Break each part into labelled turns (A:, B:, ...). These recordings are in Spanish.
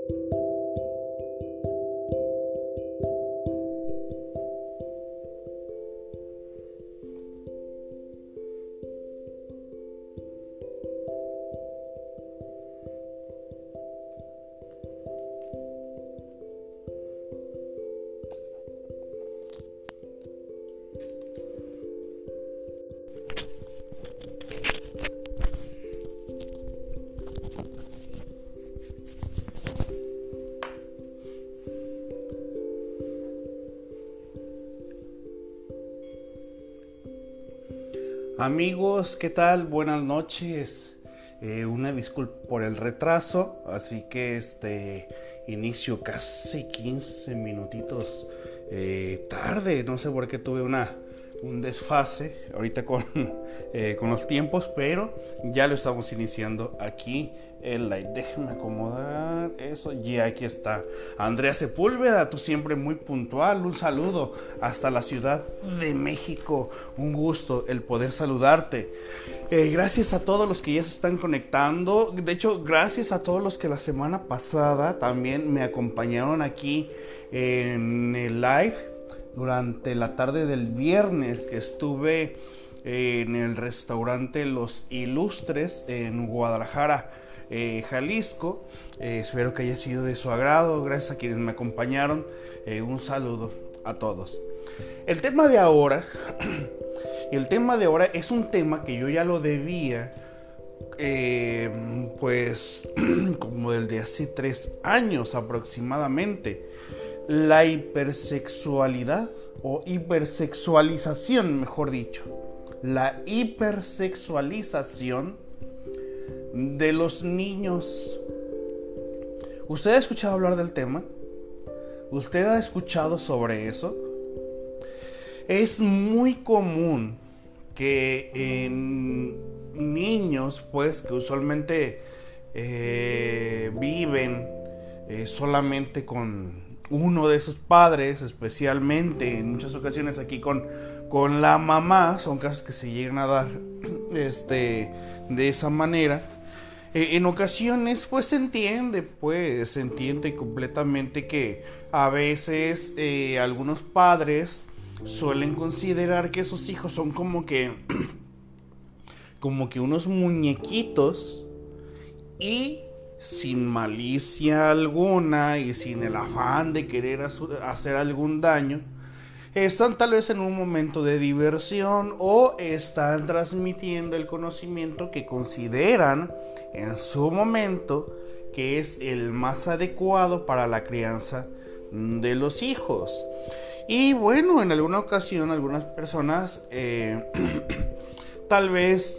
A: Amigos, ¿qué tal? Buenas noches. Una disculpa por el retraso, así que inicio casi 15 minutitos tarde. No sé por qué tuve un desfase ahorita con los tiempos, pero ya lo estamos iniciando aquí el live. Déjenme acomodar eso. Y aquí está Andrea Sepúlveda, tú siempre muy puntual. Un saludo hasta la Ciudad de México. Un gusto el poder saludarte. Gracias a todos los que ya se están conectando. De hecho, gracias a todos los que la semana pasada también me acompañaron aquí en el live durante la tarde del viernes que estuve en el restaurante Los Ilustres en Guadalajara, Jalisco. Espero que haya sido de su agrado. Gracias a quienes me acompañaron. Un saludo a todos. El tema de ahora es un tema que yo ya lo debía pues como desde hace 3 años aproximadamente. La hipersexualidad o hipersexualización, mejor dicho. La hipersexualización de los niños. ¿Usted ha escuchado hablar del tema? ¿Usted ha escuchado sobre eso? Es muy común que en niños, pues, que usualmente viven solamente con uno de sus padres, especialmente en muchas ocasiones aquí con la mamá, son casos que se llegan a dar de esa manera. En ocasiones pues se entiende completamente que a veces algunos padres suelen considerar que esos hijos son como que unos muñequitos, y sin malicia alguna y sin el afán de querer hacer algún daño, están tal vez en un momento de diversión o están transmitiendo el conocimiento que consideran en su momento que es el más adecuado para la crianza de los hijos. Y bueno, en alguna ocasión algunas personas tal vez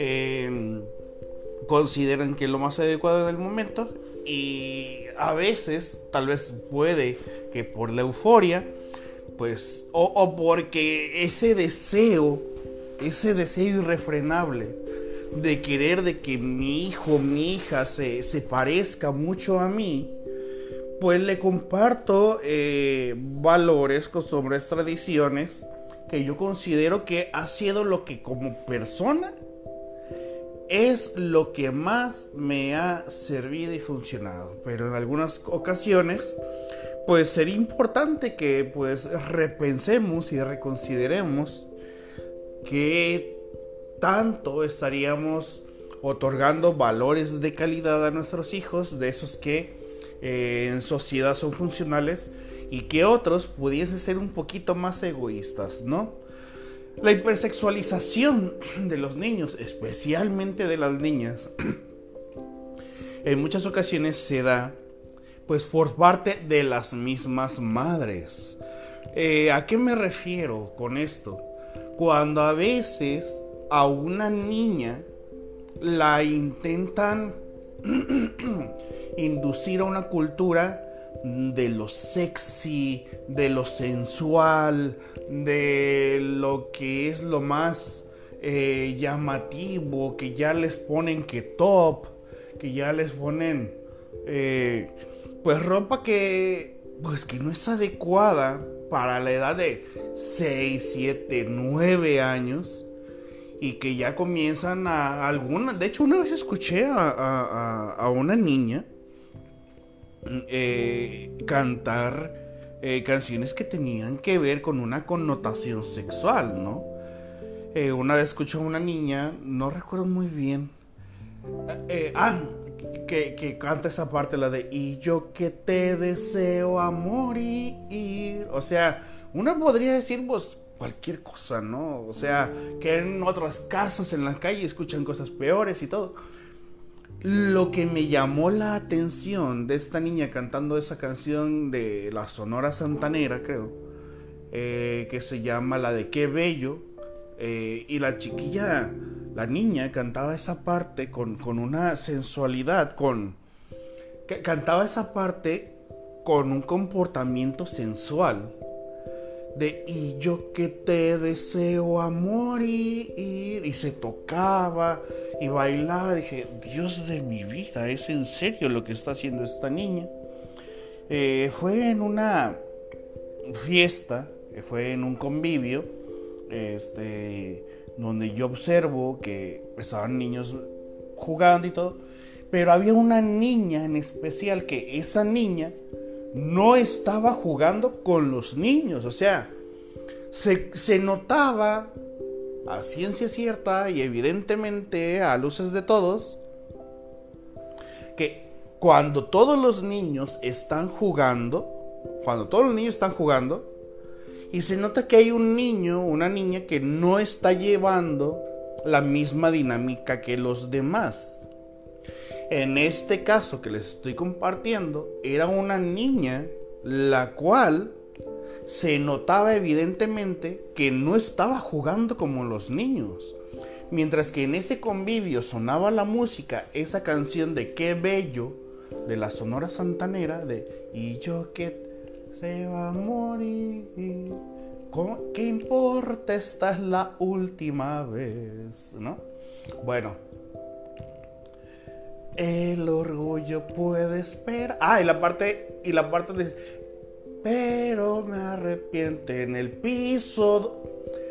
A: consideran que es lo más adecuado en el momento, y a veces tal vez puede que por la euforia, pues, o porque ese deseo irrefrenable de querer de que mi hijo, mi hija se parezca mucho a mí, pues le comparto valores, costumbres, tradiciones que yo considero que ha sido lo que como persona es lo que más me ha servido y funcionado. Pero en algunas ocasiones pues sería importante que pues repensemos y reconsideremos qué tanto estaríamos otorgando valores de calidad a nuestros hijos, de esos que en sociedad son funcionales, y que otros pudiesen ser un poquito más egoístas, ¿no? La hipersexualización de los niños, especialmente de las niñas, en muchas ocasiones se da pues por parte de las mismas madres. ¿A qué me refiero con esto? Cuando a veces a una niña la intentan inducir a una cultura de lo sexy, de lo sensual, de lo que es lo más llamativo, que ya les ponen que top, que ya les ponen pues ropa que no es adecuada para la edad de 6, 7, 9 años, y que ya comienzan a alguna. De hecho, una vez escuché a una niña cantar canciones que tenían que ver con una connotación sexual, ¿no? Una vez escuché a una niña, no recuerdo muy bien, que canta esa parte, la de "y yo que te deseo a morir". O sea, uno podría decir pues cualquier cosa, ¿no? O sea, que en otras casas en la calle escuchan cosas peores y todo. Lo que me llamó la atención de esta niña cantando esa canción de la Sonora Santanera, creo, que se llama la de Qué Bello, y la chiquilla, la niña, cantaba esa parte con una sensualidad, cantaba esa parte con un comportamiento sensual. De "y yo que te deseo a morir", y se tocaba y bailaba. Dije, Dios de mi vida, ¿es en serio lo que está haciendo esta niña? Fue en una fiesta, fue en un convivio, donde yo observo que estaban niños jugando y todo, pero había una niña en especial, que esa niña no estaba jugando con los niños. O sea, se notaba a ciencia cierta y evidentemente a luces de todos que cuando todos los niños están jugando, y se nota que hay un niño, una niña que no está llevando la misma dinámica que los demás. En este caso que les estoy compartiendo, era una niña la cual se notaba evidentemente que no estaba jugando como los niños. Mientras que en ese convivio sonaba la música, esa canción de Qué Bello, de la Sonora Santanera, de "y yo que se va a morir, ¿qué importa? Esta es la última vez", ¿no? Bueno, el orgullo puede esperar. Y la parte de "pero me arrepiento en el piso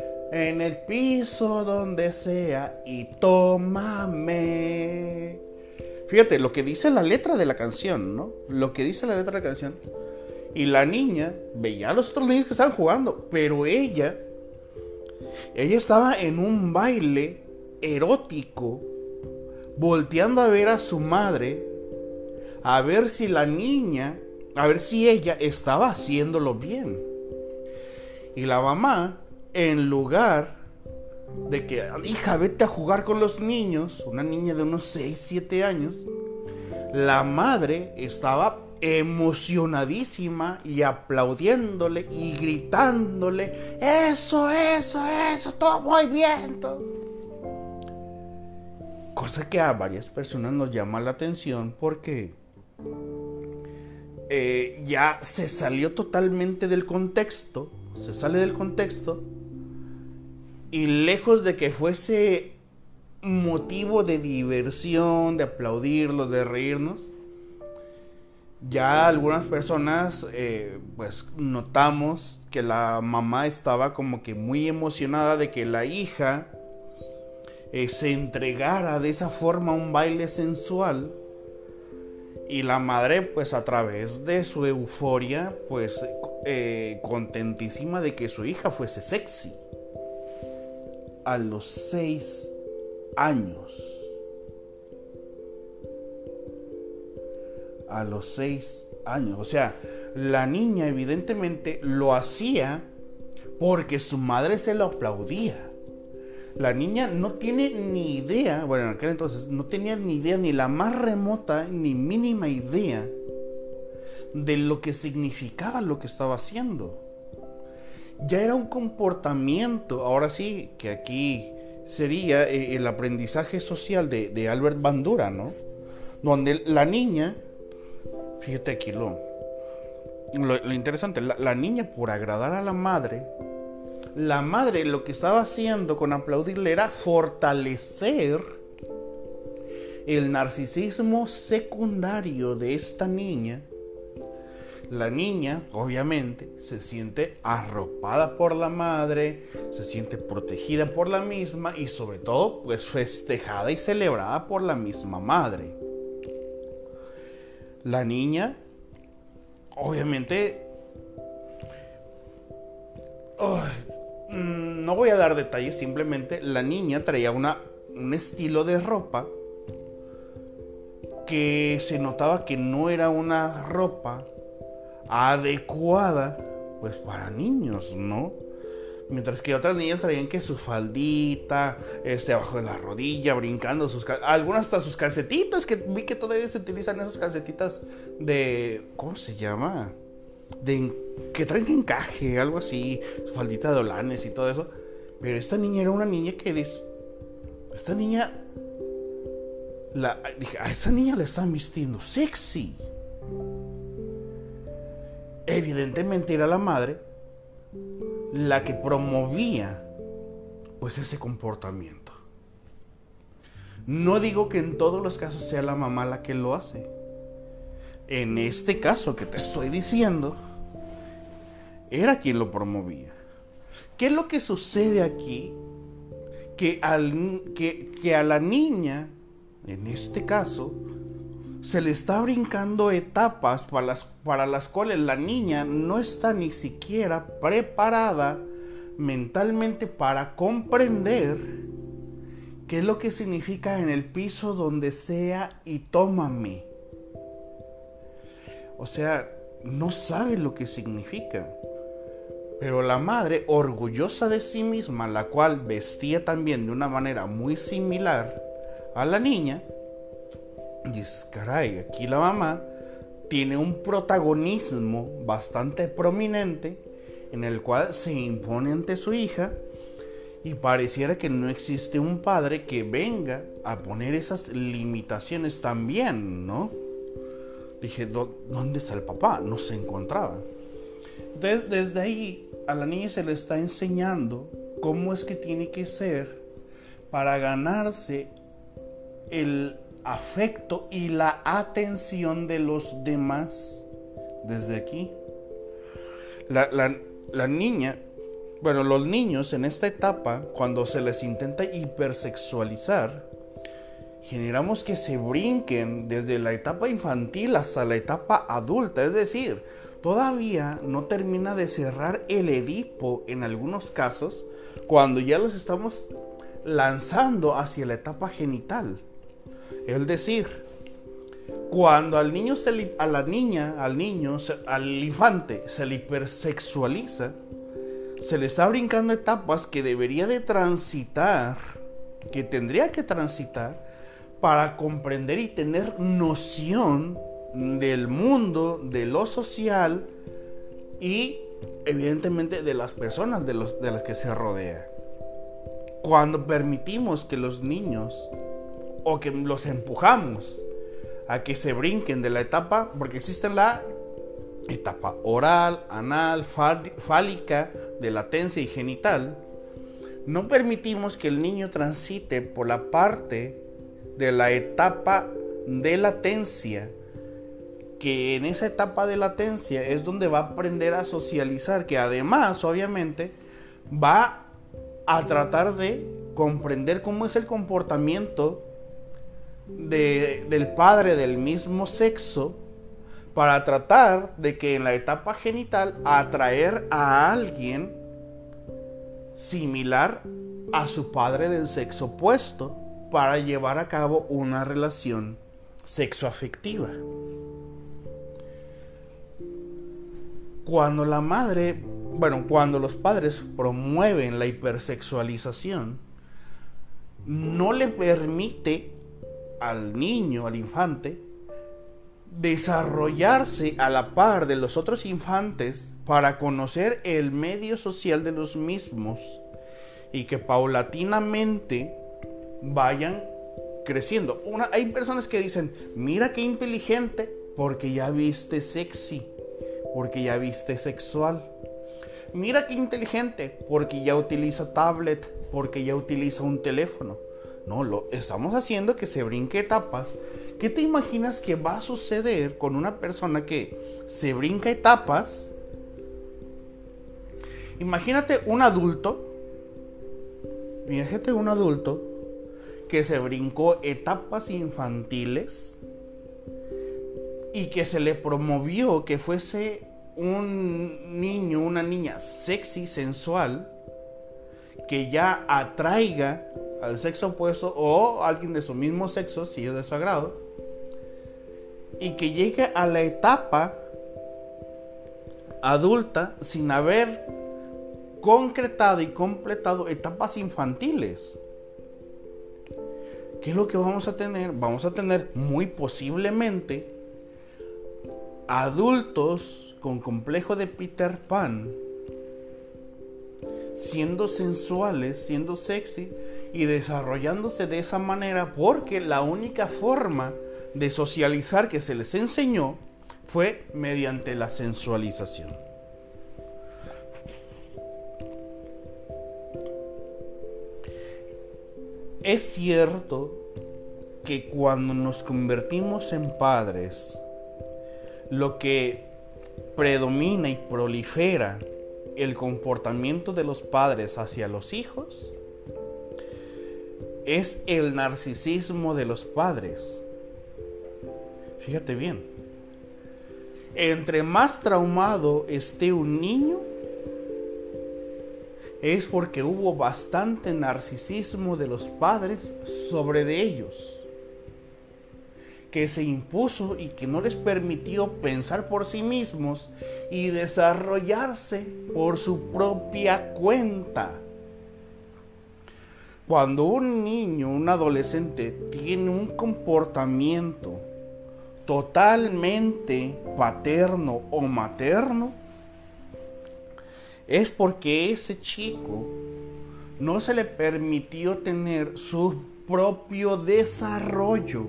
A: donde sea y tómame". Fíjate lo que dice la letra de la canción, ¿no? Lo que dice la letra de la canción. Y la niña veía a los otros niños que estaban jugando, pero ella estaba en un baile erótico, volteando a ver a su madre, a ver si ella estaba haciéndolo bien. Y la mamá, en lugar de que "hija, vete a jugar con los niños", una niña de unos 6, 7 años, la madre estaba emocionadísima y aplaudiéndole y gritándole eso, todo muy bien, todo. Cosa que a varias personas nos llama la atención porque ya se salió totalmente del contexto, y lejos de que fuese motivo de diversión, de aplaudirlos, de reírnos, ya algunas personas pues notamos que la mamá estaba como que muy emocionada de que la hija se entregara de esa forma a un baile sensual, y la madre pues a través de su euforia pues contentísima de que su hija fuese sexy a los 6 años. A los 6 años. O sea, la niña evidentemente lo hacía porque su madre se lo aplaudía. La niña no tiene ni idea, bueno, en aquel entonces no tenía ni idea, ni la más remota, ni mínima idea de lo que significaba lo que estaba haciendo. Ya era un comportamiento, ahora sí, que aquí sería el aprendizaje social de Albert Bandura, ¿no? Donde la niña, fíjate aquí lo interesante, la niña, por agradar a la madre lo que estaba haciendo con aplaudirle era fortalecer el narcisismo secundario de esta niña. La niña, obviamente, se siente arropada por la madre, se siente protegida por la misma y sobre todo, pues festejada y celebrada por la misma madre. La niña obviamente, no voy a dar detalles, simplemente la niña traía un estilo de ropa que se notaba que no era una ropa adecuada pues para niños, ¿no? Mientras que otras niñas traían que su faldita, abajo de la rodilla, brincando algunas hasta sus calcetitas, que vi que todavía se utilizan esas calcetitas de, ¿cómo se llama? Que traen encaje, algo así, su faldita de holanes y todo eso. Pero esta niña era una niña que dice, esta niña, dije, a esa niña la están vistiendo sexy. Evidentemente era la madre la que promovía pues ese comportamiento. No digo que en todos los casos sea la mamá la que lo hace. En este caso que te estoy diciendo, era quien lo promovía. ¿Qué es lo que sucede aquí? Que a la niña, en este caso, se le está brincando etapas para las cuales la niña no está ni siquiera preparada mentalmente para comprender qué es lo que significa en el piso donde sea y tómame. O sea, no sabe lo que significa. Pero la madre, orgullosa de sí misma, la cual vestía también de una manera muy similar a la niña, dices, caray, aquí la mamá tiene un protagonismo bastante prominente en el cual se impone ante su hija y pareciera que no existe un padre que venga a poner esas limitaciones también, ¿no? Dije, ¿dónde está el papá? No se encontraba. Entonces, desde ahí a la niña se le está enseñando cómo es que tiene que ser para ganarse el afecto y la atención de los demás. Desde aquí la niña, bueno, los niños en esta etapa, cuando se les intenta hipersexualizar, generamos que se brinquen desde la etapa infantil hasta la etapa adulta. Es decir, todavía no termina de cerrar el Edipo en algunos casos, cuando ya los estamos lanzando hacia la etapa genital. Es decir, cuando al niño, a la niña, al niño, al infante se le hipersexualiza, se le está brincando etapas que debería de transitar, que tendría que transitar para comprender y tener noción del mundo, de lo social y evidentemente de las personas de las que se rodea. Cuando permitimos que los niños o que los empujamos a que se brinquen de la etapa, porque existe la etapa oral, anal, fálica, de latencia y genital, no permitimos que el niño transite por la parte de la etapa de latencia, que en esa etapa de latencia es donde va a aprender a socializar, que además obviamente va a tratar de comprender cómo es el comportamiento del padre del mismo sexo, para tratar de que en la etapa genital atraer a alguien similar a su padre del sexo opuesto, para llevar a cabo una relación sexoafectiva. Cuando la madre, cuando los padres promueven la hipersexualización, no le permite al niño, al infante, desarrollarse a la par de los otros infantes para conocer el medio social de los mismos y que paulatinamente vayan creciendo. Hay personas que dicen, mira qué inteligente, porque ya viste sexy, porque ya viste sexual. Mira qué inteligente, porque ya utiliza tablet, porque ya utiliza un teléfono. No, lo estamos haciendo que se brinque etapas. ¿Qué te imaginas que va a suceder con una persona que se brinca etapas? Imagínate un adulto que se brincó etapas infantiles, y que se le promovió que fuese un niño, una niña sexy, sensual, que ya atraiga al sexo opuesto o alguien de su mismo sexo, si es de su agrado, y que llegue a la etapa adulta sin haber concretado y completado etapas infantiles. ¿Qué es lo que vamos a tener? Vamos a tener muy posiblemente adultos con complejo de Peter Pan, siendo sensuales, siendo sexy y desarrollándose de esa manera, porque la única forma de socializar que se les enseñó fue mediante la sensualización. Es cierto que cuando nos convertimos en padres, lo que predomina y prolifera el comportamiento de los padres hacia los hijos es el narcisismo de los padres. Fíjate bien, entre más traumado esté un niño, es porque hubo bastante narcisismo de los padres sobre de ellos, que se impuso y que no les permitió pensar por sí mismos y desarrollarse por su propia cuenta. Cuando un niño, un adolescente, tiene un comportamiento totalmente paterno o materno, es porque ese chico no se le permitió tener su propio desarrollo.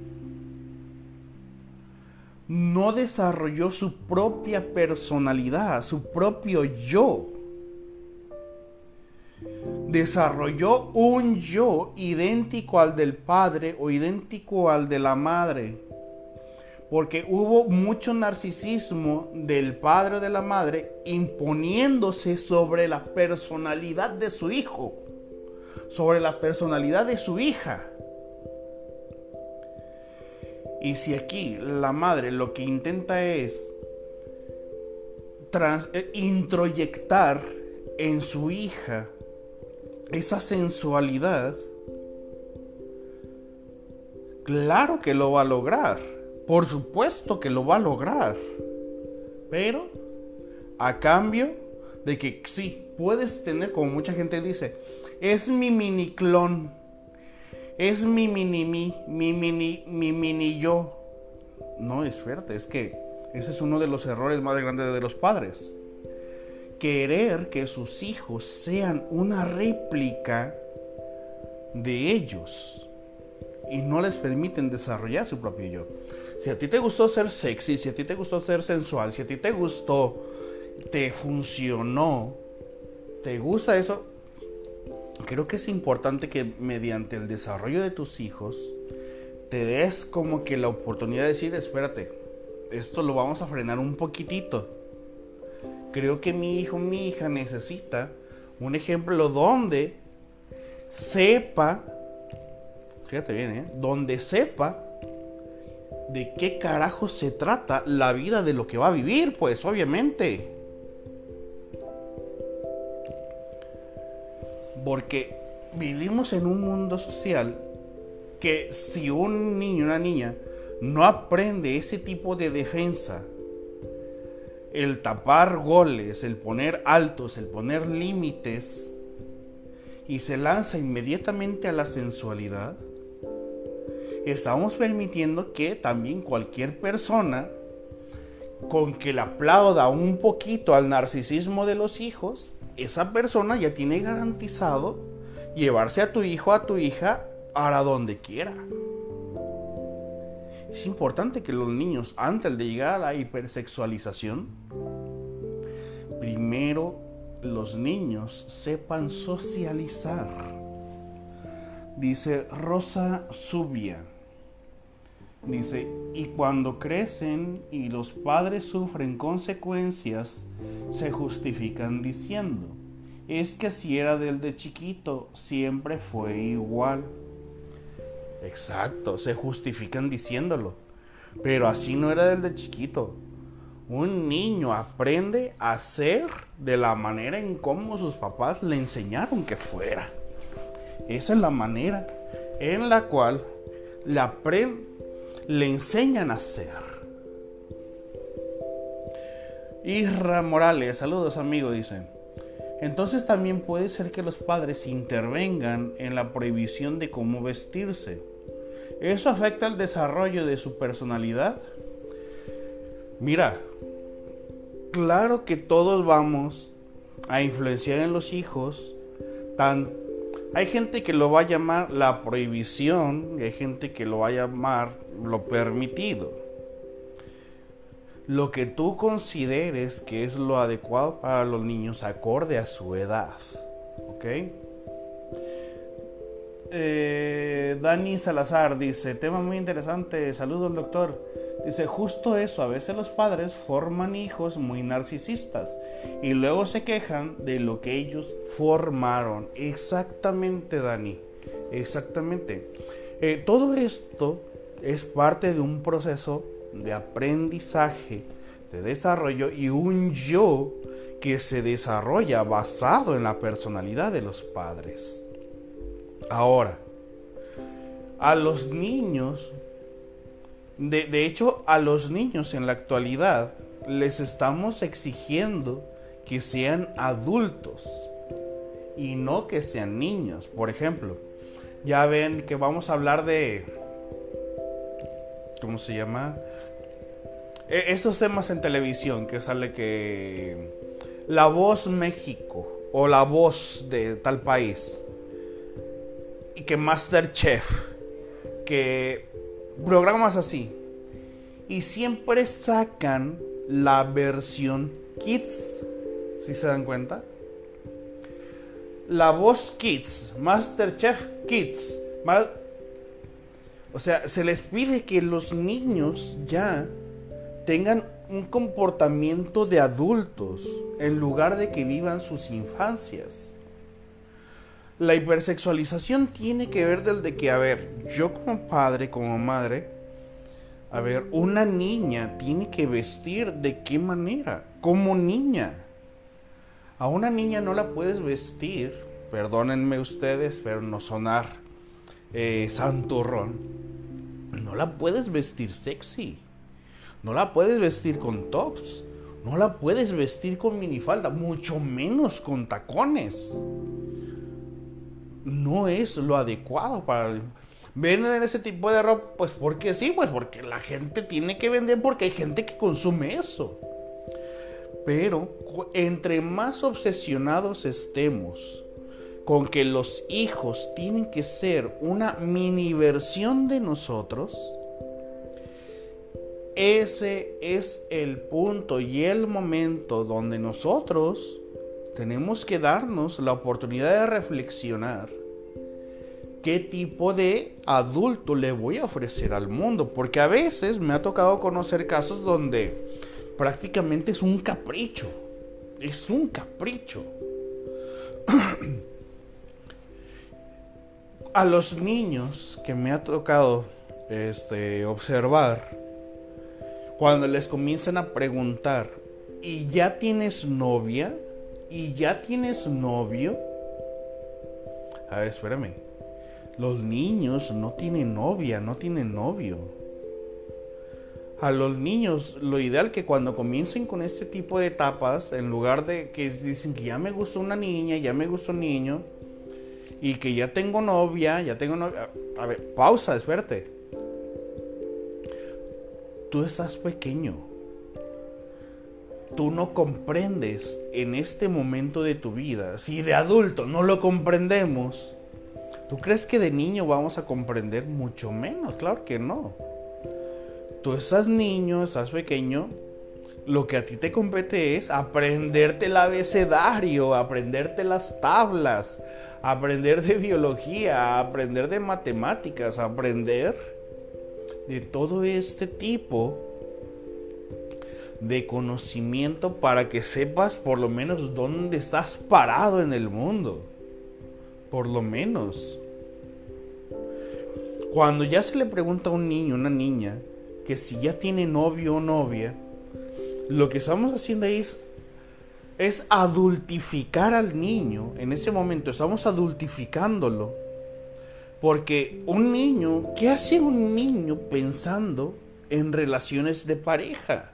A: No desarrolló su propia personalidad, su propio yo. Desarrolló un yo idéntico al del padre o idéntico al de la madre. Porque hubo mucho narcisismo del padre o de la madre imponiéndose sobre la personalidad de su hijo, sobre la personalidad de su hija. Y si aquí la madre lo que intenta es introyectar en su hija esa sensualidad, claro que lo va a lograr. Por supuesto que lo va a lograr. Pero a cambio de que sí, puedes tener, como mucha gente dice, es mi mini clon, es mi mini yo. No, espérate, es que ese es uno de los errores más grandes de los padres. Querer que sus hijos sean una réplica de ellos y no les permiten desarrollar su propio yo. Si a ti te gustó ser sexy, si a ti te gustó ser sensual, si a ti te gustó, te funcionó, te gusta eso, creo que es importante que mediante el desarrollo de tus hijos te des como que la oportunidad de decir, espérate, esto lo vamos a frenar un poquitito. Creo que mi hijo, mi hija necesita un ejemplo donde sepa, fíjate bien, donde sepa de qué carajo se trata la vida de lo que va a vivir, pues obviamente. Porque vivimos en un mundo social que si un niño, una niña, no aprende ese tipo de defensa, el tapar goles, el poner altos, el poner límites, y se lanza inmediatamente a la sensualidad, estamos permitiendo que también cualquier persona con que le aplauda un poquito al narcisismo de los hijos, esa persona ya tiene garantizado llevarse a tu hijo, a tu hija, a donde quiera. Es importante que los niños, antes de llegar a la hipersexualización, primero los niños sepan socializar. Dice Rosa Zubia, dice, y cuando crecen y los padres sufren consecuencias, se justifican diciendo, es que si era del de chiquito, siempre fue igual. Exacto, se justifican diciéndolo. Pero así no era desde chiquito. Un niño aprende a ser de la manera en cómo sus papás le enseñaron que fuera. Esa es la manera en la cual le enseñan a ser. Isra Morales, saludos amigo, dice. Entonces también puede ser que los padres intervengan en la prohibición de cómo vestirse. ¿Eso afecta el desarrollo de su personalidad? Mira, claro que todos vamos a influenciar en los hijos. Hay gente que lo va a llamar la prohibición y hay gente que lo va a llamar lo permitido. Lo que tú consideres que es lo adecuado para los niños acorde a su edad. ¿Ok? Dani Salazar dice, tema muy interesante, saludos doctor. Dice, justo eso, a veces los padres forman hijos muy narcisistas y luego se quejan de lo que ellos formaron. Exactamente, Dani, exactamente. Todo esto es parte de un proceso de aprendizaje, de desarrollo y un yo que se desarrolla basado en la personalidad de los padres. Ahora, a los niños, de hecho a los niños en la actualidad les estamos exigiendo que sean adultos y no que sean niños. Por ejemplo, ya ven que vamos a hablar de, ¿cómo se llama? Estos temas en televisión que sale que La Voz México o La Voz de tal país, y que MasterChef, que programas así, y siempre sacan la versión Kids, ¿sí se dan cuenta? La Voz Kids, MasterChef Kids, o sea, se les pide que los niños ya tengan un comportamiento de adultos en lugar de que vivan sus infancias. La hipersexualización tiene que ver desde que, a ver, yo como padre, como madre, a ver, una niña tiene que vestir de qué manera, como niña. A una niña no la puedes vestir, perdónenme ustedes, pero no sonar santurrón, no la puedes vestir sexy, no la puedes vestir con tops, no la puedes vestir con minifalda, mucho menos con tacones. No es lo adecuado para... Venden ese tipo de ropa, pues porque sí, pues porque la gente tiene que vender, porque hay gente que consume eso. Pero entre más obsesionados estemos con que los hijos tienen que ser una mini versión de nosotros, ese es el punto y el momento donde nosotros tenemos que darnos la oportunidad de reflexionar qué tipo de adulto le voy a ofrecer al mundo. Porque a veces me ha tocado conocer casos donde prácticamente es un capricho. Es un capricho. A los niños que me ha tocado observar, cuando les comienzan a preguntar, ¿y ya tienes novia? ¿Y ya tienes novio? A ver, espérame. Los niños no tienen novia, no tienen novio. A los niños, lo ideal que cuando comiencen con este tipo de etapas, en lugar de que dicen que ya me gustó una niña, ya me gustó un niño, y que ya tengo novia, A ver, pausa, espérate. Tú estás pequeño. Tú no comprendes en este momento de tu vida. Si de adulto no lo comprendemos, ¿tú crees que de niño vamos a comprender? Mucho menos, claro que no. Tú estás niño, estás pequeño. Lo que a ti te compete es aprenderte el abecedario, aprenderte las tablas, aprender de biología, aprender de matemáticas, aprender de todo este tipo de conocimiento para que sepas por lo menos dónde estás parado en el mundo. Por lo menos. Cuando ya se le pregunta a un niño, una niña, que si ya tiene novio o novia, lo que estamos haciendo ahí es adultificar al niño. En ese momento estamos adultificándolo. Porque un niño, ¿qué hace un niño pensando en relaciones de pareja?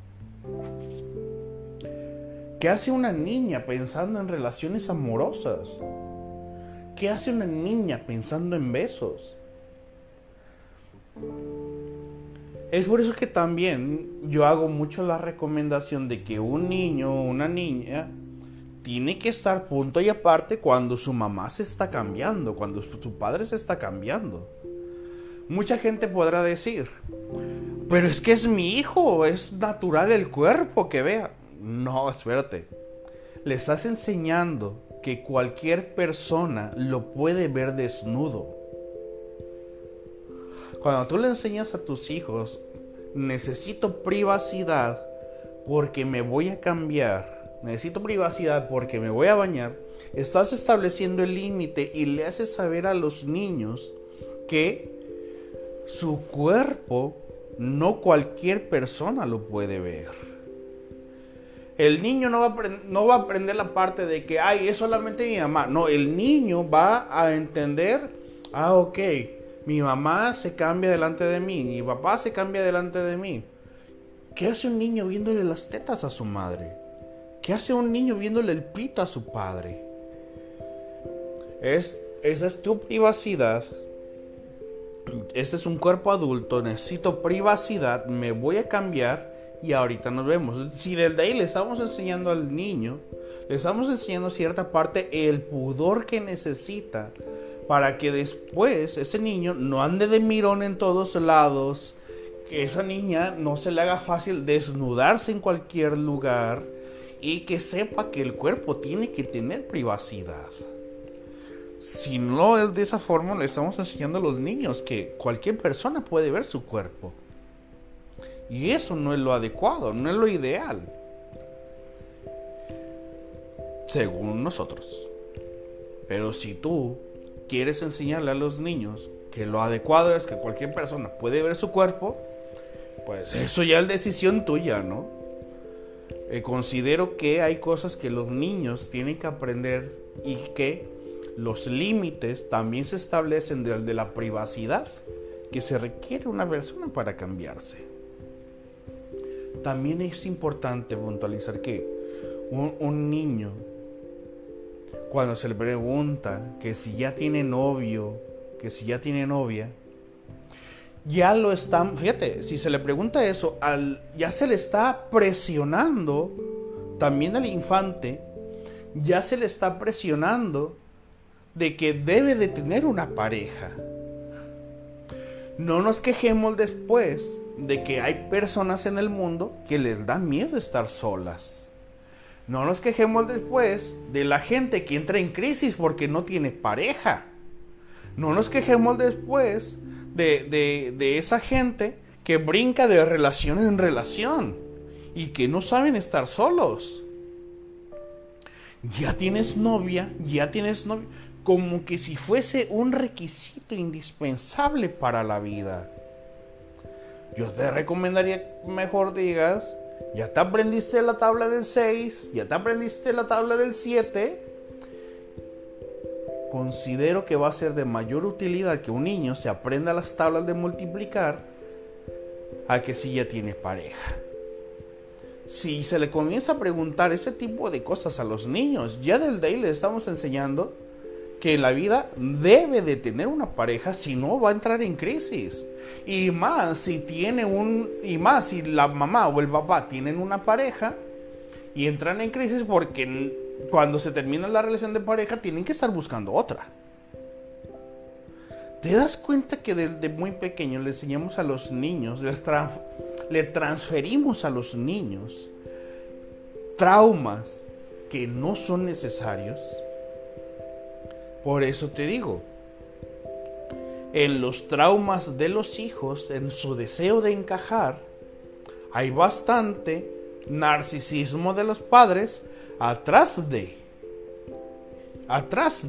A: ¿Qué hace una niña pensando en relaciones amorosas? ¿Qué hace una niña pensando en besos? Es por eso que también yo hago mucho la recomendación de que un niño o una niña tiene que estar punto y aparte cuando su mamá se está cambiando, cuando su padre se está cambiando. Mucha gente podrá decir, pero es que es mi hijo, es natural el cuerpo que vea. No, espérate. Le estás enseñando que cualquier persona lo puede ver desnudo. Cuando tú le enseñas a tus hijos, necesito privacidad porque me voy a cambiar, necesito privacidad porque me voy a bañar, estás estableciendo el límite y le haces saber a los niños que su cuerpo no cualquier persona lo puede ver. El niño no va a aprender la parte de que, ay, es solamente mi mamá. No, el niño va a entender, ok, mi mamá se cambia delante de mí, mi papá se cambia delante de mí. ¿Qué hace un niño viéndole las tetas a su madre? ¿Qué hace un niño viéndole el pito a su padre? Esa es tu privacidad. Este es un cuerpo adulto, necesito privacidad, me voy a cambiar y ahorita nos vemos. Si desde ahí le estamos enseñando al niño, le estamos enseñando cierta parte, el pudor que necesita para que después ese niño no ande de mirón en todos lados, que esa niña no se le haga fácil desnudarse en cualquier lugar y que sepa que el cuerpo tiene que tener privacidad. Si no es de esa forma, le estamos enseñando a los niños que cualquier persona puede ver su cuerpo. Y eso no es lo adecuado, no es lo ideal. Según nosotros. Pero si tú quieres enseñarle a los niños que lo adecuado es que cualquier persona puede ver su cuerpo, pues eso ya es decisión tuya, ¿no? Considero que hay cosas que los niños tienen que aprender y que los límites también se establecen de la privacidad que se requiere una persona para cambiarse. También es importante puntualizar que un niño, cuando se le pregunta que si ya tiene novio, que si ya tiene novia, ya lo están, fíjate, si se le pregunta eso, ya se le está presionando, también al infante, ya se le está presionando de que debe de tener una pareja. No nos quejemos después de que hay personas en el mundo que les da miedo estar solas. No nos quejemos después de la gente que entra en crisis porque no tiene pareja. No nos quejemos después de esa gente que brinca de relación en relación y que no saben estar solos. Ya tienes novia, como que si fuese un requisito indispensable para la vida. Yo te recomendaría mejor digas, ya te aprendiste la tabla del 6, ya te aprendiste la tabla del 7. Considero que va a ser de mayor utilidad que un niño se aprenda las tablas de multiplicar a que si ya tiene pareja. Si se le comienza a preguntar ese tipo de cosas a los niños, ya desde ahí les estamos enseñando que en la vida debe de tener una pareja, si no va a entrar en crisis. Y más si la mamá o el papá tienen una pareja y entran en crisis porque cuando se termina la relación de pareja tienen que estar buscando otra. ¿Te das cuenta que desde muy pequeño le enseñamos a los niños, le transferimos a los niños traumas que no son necesarios? Por eso te digo, en los traumas de los hijos, en su deseo de encajar, hay bastante narcisismo de los padres atrás de.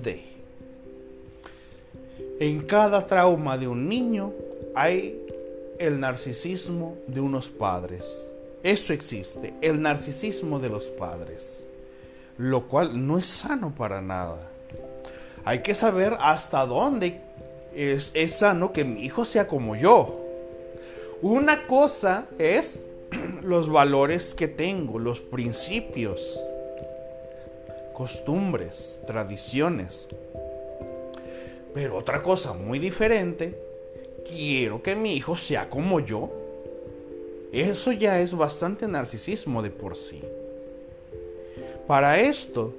A: En cada trauma de un niño hay el narcisismo de unos padres. Eso existe, el narcisismo de los padres, lo cual no es sano para nada. Hay que saber hasta dónde es sano que mi hijo sea como yo. Una cosa es los valores que tengo, los principios, costumbres, tradiciones. Pero otra cosa muy diferente, quiero que mi hijo sea como yo. Eso ya es bastante narcisismo de por sí. Para esto,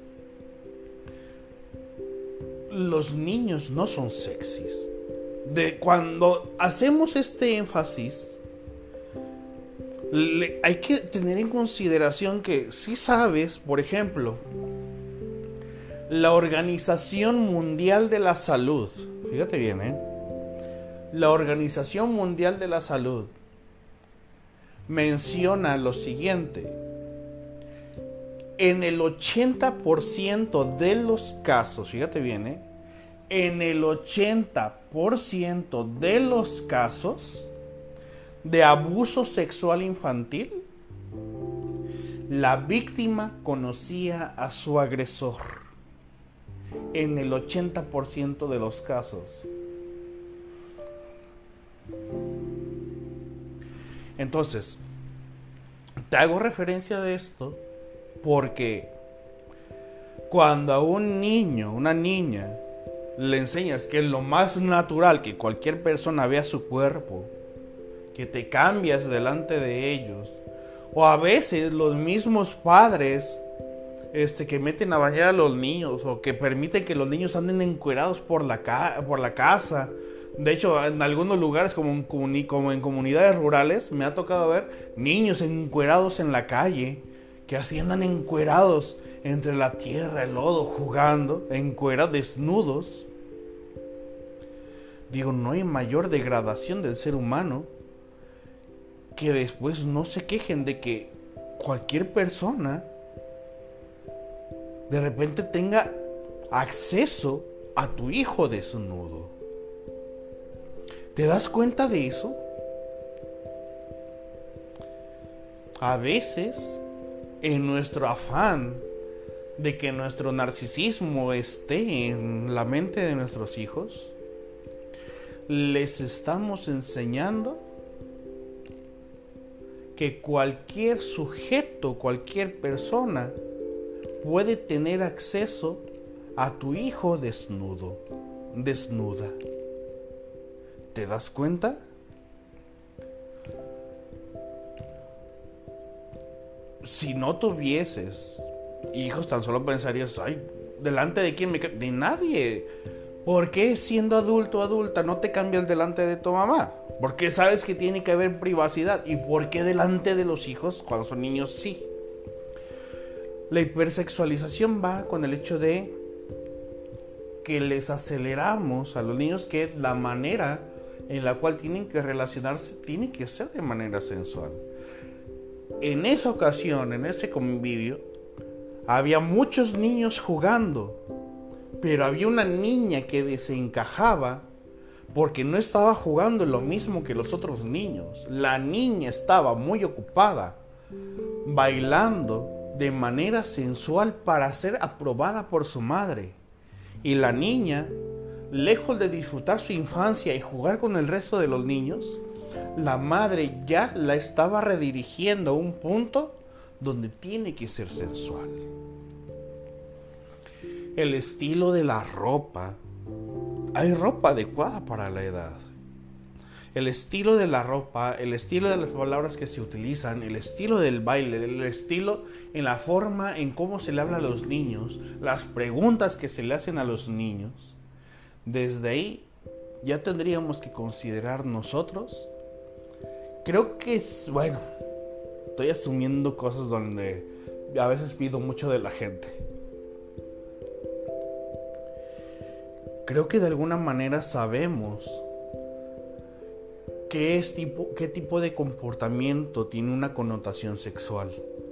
A: los niños no son sexys. Cuando hacemos este énfasis, hay que tener en consideración que si sabes, por ejemplo, la Organización Mundial de la Salud, fíjate bien, la Organización Mundial de la Salud menciona lo siguiente: en el 80% de los casos, fíjate bien, en el 80% de los casos de abuso sexual infantil, la víctima conocía a su agresor. En el 80% de los casos. Entonces, te hago referencia de esto porque cuando a un niño, una niña, le enseñas que es lo más natural que cualquier persona vea su cuerpo, que te cambias delante de ellos, o a veces los mismos padres que meten a bañar a los niños, o que permiten que los niños anden encuerados por la casa. De hecho, en algunos lugares como en comunidades rurales me ha tocado ver niños encuerados en la calle, que así andan encuerados entre la tierra, el lodo, jugando, encuerados, desnudos. Digo, no hay mayor degradación del ser humano que después no se quejen de que cualquier persona de repente tenga acceso a tu hijo desnudo. ¿Te das cuenta de eso? A veces, en nuestro afán de que nuestro narcisismo esté en la mente de nuestros hijos, les estamos enseñando que cualquier sujeto, cualquier persona puede tener acceso a tu hijo desnudo, desnuda. ¿Te das cuenta? Si no tuvieses hijos, tan solo pensarías, ay, ¿delante de quién me cambio? De nadie. ¿Por qué siendo adulto o adulta no te cambias delante de tu mamá? Porque sabes que tiene que haber privacidad. ¿Y por qué delante de los hijos cuando son niños sí? La hipersexualización va con el hecho de que les aceleramos a los niños que la manera en la cual tienen que relacionarse tiene que ser de manera sensual. En esa ocasión, en ese convivio, había muchos niños jugando, pero había una niña que desencajaba porque no estaba jugando lo mismo que los otros niños. La niña estaba muy ocupada bailando de manera sensual para ser aprobada por su madre. Y la niña, lejos de disfrutar su infancia y jugar con el resto de los niños, la madre ya la estaba redirigiendo a un punto donde tiene que ser sensual. El estilo de la ropa. Hay ropa adecuada para la edad. El estilo de la ropa, el estilo de las palabras que se utilizan, el estilo del baile, el estilo en la forma en cómo se le habla a los niños, las preguntas que se le hacen a los niños. Desde ahí ya tendríamos que considerar nosotros. Creo que bueno, estoy asumiendo cosas donde a veces pido mucho de la gente. Creo que de alguna manera sabemos qué tipo de comportamiento tiene una connotación sexual.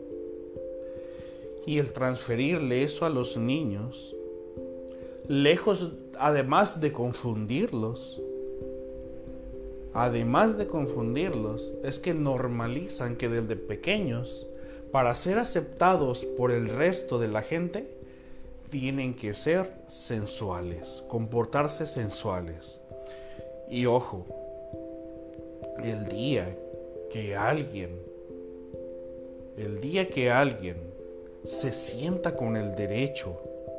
A: Y el transferirle eso a los niños, lejos, además de confundirlos, además de confundirlos, es que normalizan que desde pequeños, para ser aceptados por el resto de la gente, tienen que ser sensuales, comportarse sensuales. Y ojo, el día que alguien se sienta con el derecho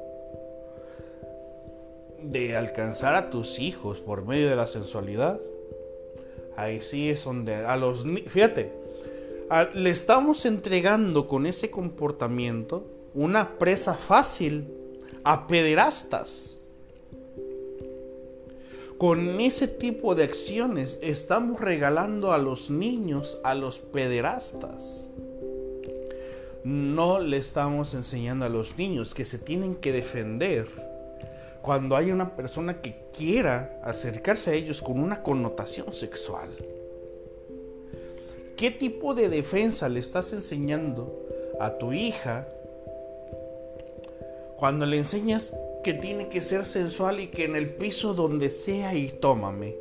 A: de alcanzar a tus hijos por medio de la sensualidad, ahí sí es donde le estamos entregando con ese comportamiento una presa fácil a pederastas. Con ese tipo de acciones estamos regalando a los niños a los pederastas. No le estamos enseñando a los niños que se tienen que defender cuando hay una persona que quiera acercarse a ellos con una connotación sexual. ¿Qué tipo de defensa le estás enseñando a tu hija cuando le enseñas que tiene que ser sensual y que en el piso donde sea y tómame?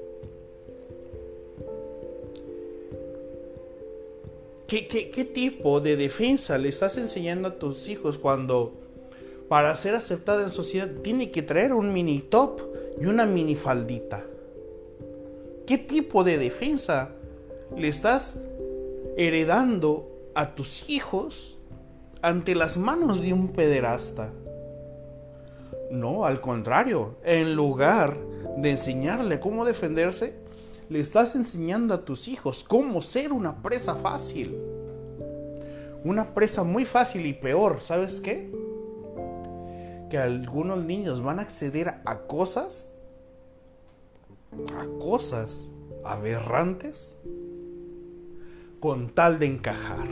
A: ¿Qué tipo de defensa le estás enseñando a tus hijos cuando para ser aceptada en sociedad tiene que traer un mini top y una mini faldita? ¿Qué tipo de defensa le estás heredando a tus hijos ante las manos de un pederasta? No, al contrario, en lugar de enseñarle cómo defenderse, le estás enseñando a tus hijos cómo ser una presa fácil. Una presa muy fácil y peor, ¿sabes qué? Que algunos niños van a acceder a cosas aberrantes con tal de encajar.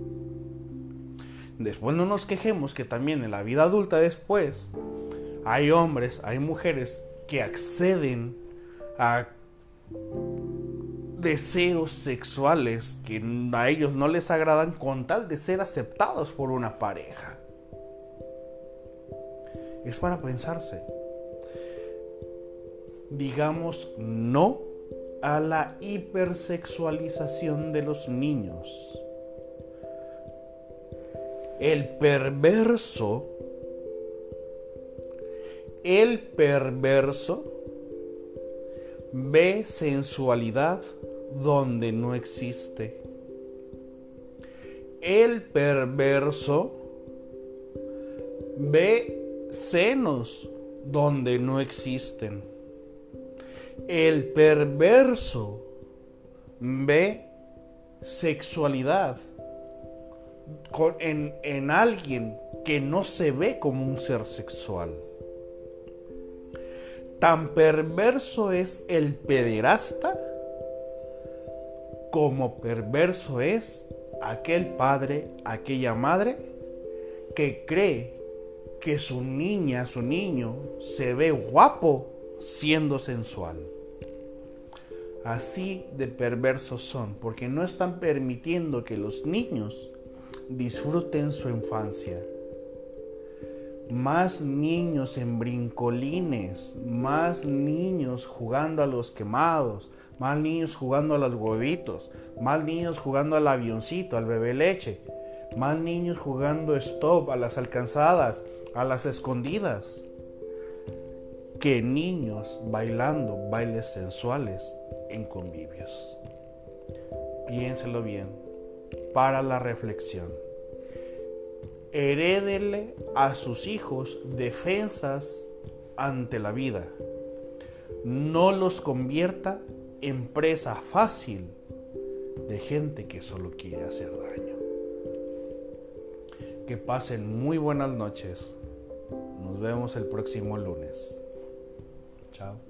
A: Después no nos quejemos que también en la vida adulta después hay hombres, hay mujeres que acceden a deseos sexuales que a ellos no les agradan con tal de ser aceptados por una pareja. Es para pensarse. Digamos no a la hipersexualización de los niños. El perverso ve sensualidad donde no existe. El perverso ve senos donde no existen. El perverso ve sexualidad en alguien que no se ve como un ser sexual. Tan perverso es el pederasta como perverso es aquel padre, aquella madre que cree que su niña, su niño se ve guapo siendo sensual. Así de perversos son, porque no están permitiendo que los niños disfruten su infancia. Más niños en brincolines, más niños jugando a los quemados, más niños jugando a los huevitos, más niños jugando al avioncito, al bebé leche, más niños jugando stop, a las alcanzadas, a las escondidas, que niños bailando bailes sensuales en convivios. Piénselo bien, para la reflexión. Herédele a sus hijos defensas ante la vida. No los convierta en presa fácil de gente que solo quiere hacer daño. Que pasen muy buenas noches. Nos vemos el próximo lunes. Chao.